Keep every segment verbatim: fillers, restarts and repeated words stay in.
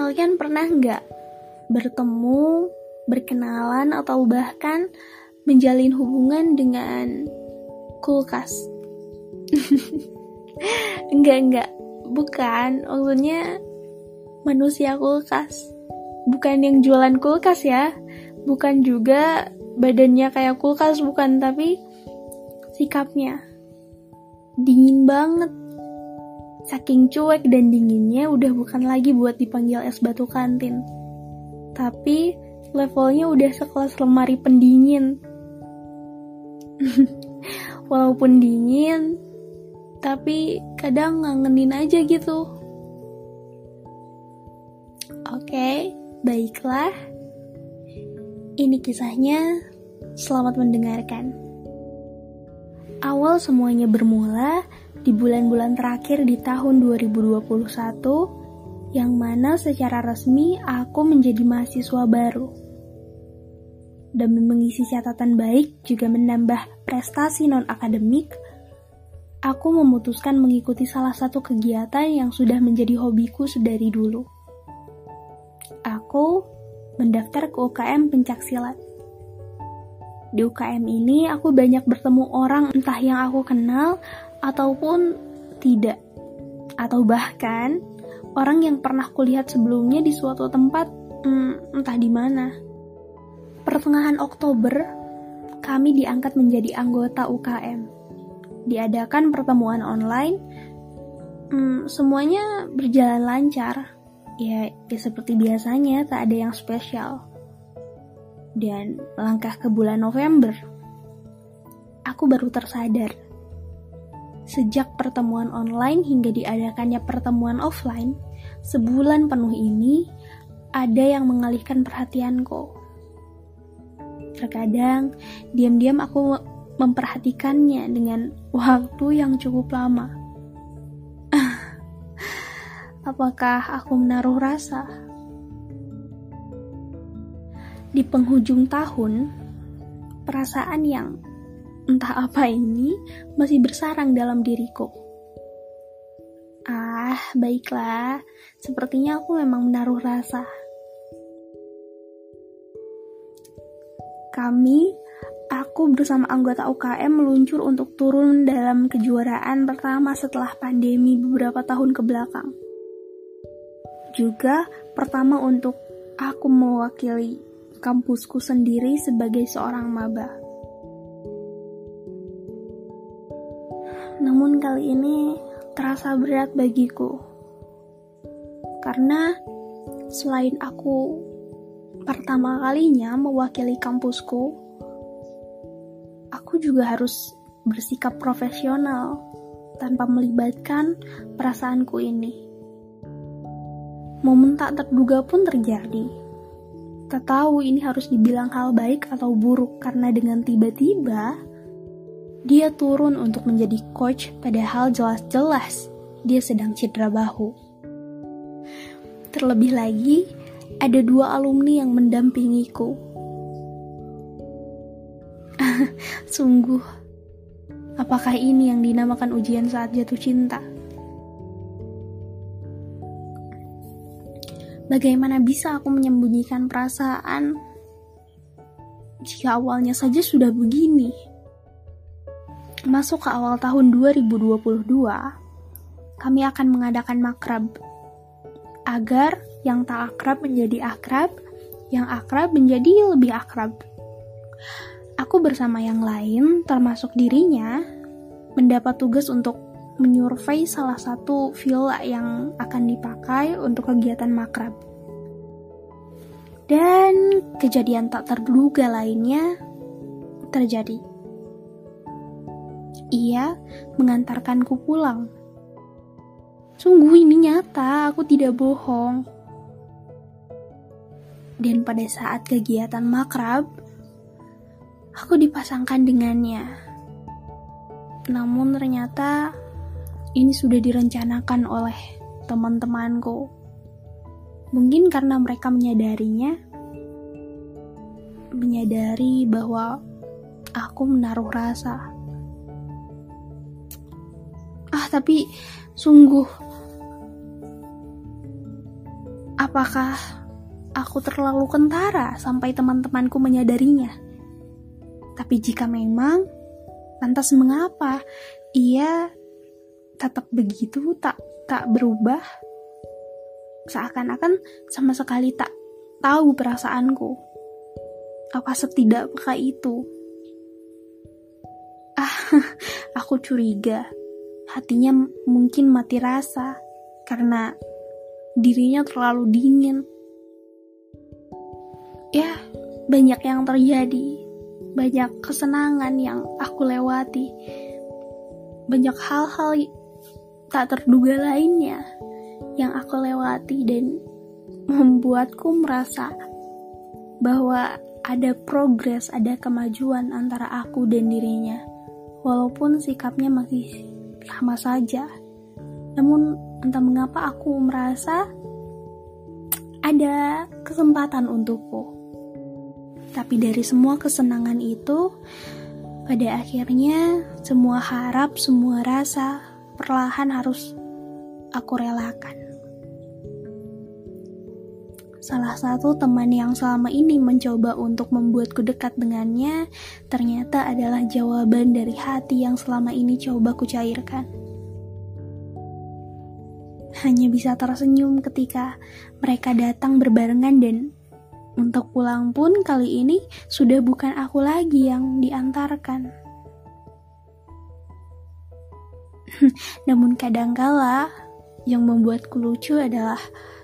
Kalian pernah nggak bertemu, berkenalan, atau bahkan menjalin hubungan dengan kulkas? Enggak, enggak. Bukan, maksudnya manusia kulkas. Bukan yang jualan kulkas ya. Bukan juga badannya kayak kulkas, bukan. Tapi sikapnya dingin banget. Saking cuek dan dinginnya udah bukan lagi buat dipanggil es batu kantin. Tapi levelnya udah sekelas lemari pendingin. Walaupun dingin, tapi kadang ngangenin aja gitu. Oke, baiklah. Ini kisahnya, selamat mendengarkan. Awal semuanya bermula di bulan-bulan terakhir di tahun dua ribu dua puluh satu, yang mana secara resmi aku menjadi mahasiswa baru. Demi mengisi catatan baik juga menambah prestasi non-akademik, aku memutuskan mengikuti salah satu kegiatan yang sudah menjadi hobiku sedari dulu. Aku mendaftar ke U K M Pencaksilat. Di U K M ini aku banyak bertemu orang entah yang aku kenal ataupun tidak. Atau bahkan orang yang pernah kulihat sebelumnya di suatu tempat, hmm, entah di mana. Pertengahan Oktober, kami diangkat menjadi anggota U K M. Diadakan pertemuan online, hmm, semuanya berjalan lancar. Ya, ya seperti biasanya, tak ada yang spesial. Dan melangkah ke bulan November, aku baru tersadar. Sejak pertemuan online hingga diadakannya pertemuan offline, sebulan penuh ini, ada yang mengalihkan perhatianku. Terkadang, diam-diam aku memperhatikannya dengan waktu yang cukup lama. Apakah aku menaruh rasa? Di penghujung tahun, perasaan yang entah apa ini masih bersarang dalam diriku. Ah, baiklah, sepertinya aku memang menaruh rasa. Kami, aku bersama anggota U K M meluncur untuk turun dalam kejuaraan pertama setelah pandemi beberapa tahun ke belakang. Juga pertama untuk aku mewakili kampusku sendiri sebagai seorang maba. Namun kali ini terasa berat bagiku. Karena selain aku pertama kalinya mewakili kampusku, aku juga harus bersikap profesional tanpa melibatkan perasaanku ini. Momen tak terduga pun terjadi. Tak tahu ini harus dibilang hal baik atau buruk karena dengan tiba-tiba dia turun untuk menjadi coach padahal jelas-jelas dia sedang cedera bahu. Terlebih lagi, ada dua alumni yang mendampingiku. Sungguh, apakah ini yang dinamakan ujian saat jatuh cinta? Bagaimana bisa aku menyembunyikan perasaan jika awalnya saja sudah begini? Masuk ke awal tahun dua ribu dua puluh dua, kami akan mengadakan makrab agar yang tak akrab menjadi akrab, yang akrab menjadi lebih akrab. Aku bersama yang lain, termasuk dirinya, mendapat tugas untuk menyurvei salah satu villa yang akan dipakai untuk kegiatan makrab. Dan kejadian tak terduga lainnya terjadi. Ia mengantarkanku pulang. Sungguh ini nyata, aku tidak bohong. Dan pada saat kegiatan makrab, aku dipasangkan dengannya. Namun ternyata ini sudah direncanakan oleh teman-temanku. Mungkin karena mereka menyadarinya, menyadari bahwa aku menaruh rasa. Ah, tapi sungguh Apakah aku terlalu kentara sampai teman-temanku menyadarinya? Tapi jika memang, lantas mengapa ia tetap begitu, tak tak berubah? Seakan-akan sama sekali tak tahu perasaanku. Apa setidak peka itu? Ah, aku curiga hatinya mungkin mati rasa karena dirinya terlalu dingin. Ya, banyak yang terjadi, banyak kesenangan yang aku lewati, banyak hal-hal tak terduga lainnya yang aku lewati dan membuatku merasa bahwa ada progres, ada kemajuan antara aku dan dirinya. Walaupun sikapnya masih sama saja. Namun entah mengapa aku merasa ada kesempatan untukku. Tapi dari semua kesenangan itu, pada akhirnya semua harap, semua rasa perlahan harus aku relakan. Salah satu teman yang selama ini mencoba untuk membuatku dekat dengannya ternyata adalah jawaban dari hati yang selama ini coba ku cairkan. Hanya bisa tersenyum ketika mereka datang berbarengan dan untuk pulang pun kali ini sudah bukan aku lagi yang diantarkan. Namun kadangkala yang membuatku lucu adalah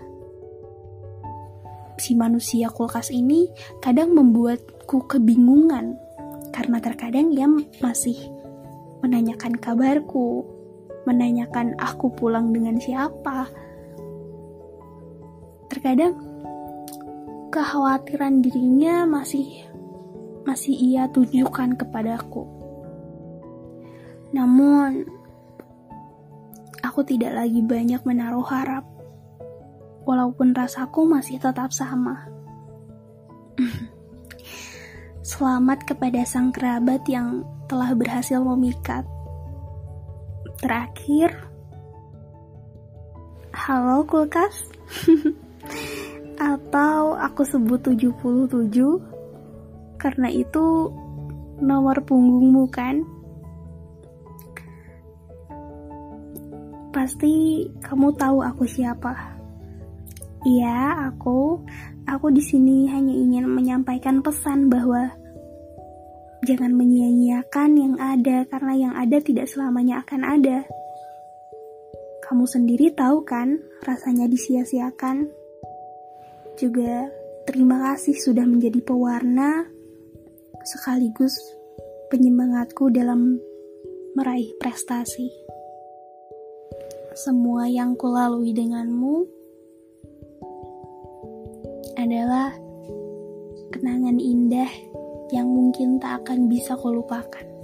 si manusia kulkas ini kadang membuatku kebingungan karena terkadang ia masih menanyakan kabarku, menanyakan aku pulang dengan siapa. Terkadang kekhawatiran dirinya masih masih ia tunjukkan kepadaku. Namun aku tidak lagi banyak menaruh harap. Walaupun rasaku masih tetap sama. Selamat kepada sang kerabat yang telah berhasil memikat. Terakhir, halo kulkas? Atau aku sebut tujuh puluh tujuh karena itu nomor punggungmu kan? Pasti kamu tahu aku siapa. Iya, aku, aku di sini hanya ingin menyampaikan pesan bahwa jangan menyia-nyiakan yang ada karena yang ada tidak selamanya akan ada. Kamu sendiri tahu kan rasanya disia-siakan. Juga terima kasih sudah menjadi pewarna sekaligus penyemangatku dalam meraih prestasi. Semua yang kulalui denganmu adalah kenangan indah yang mungkin tak akan bisa kulupakan.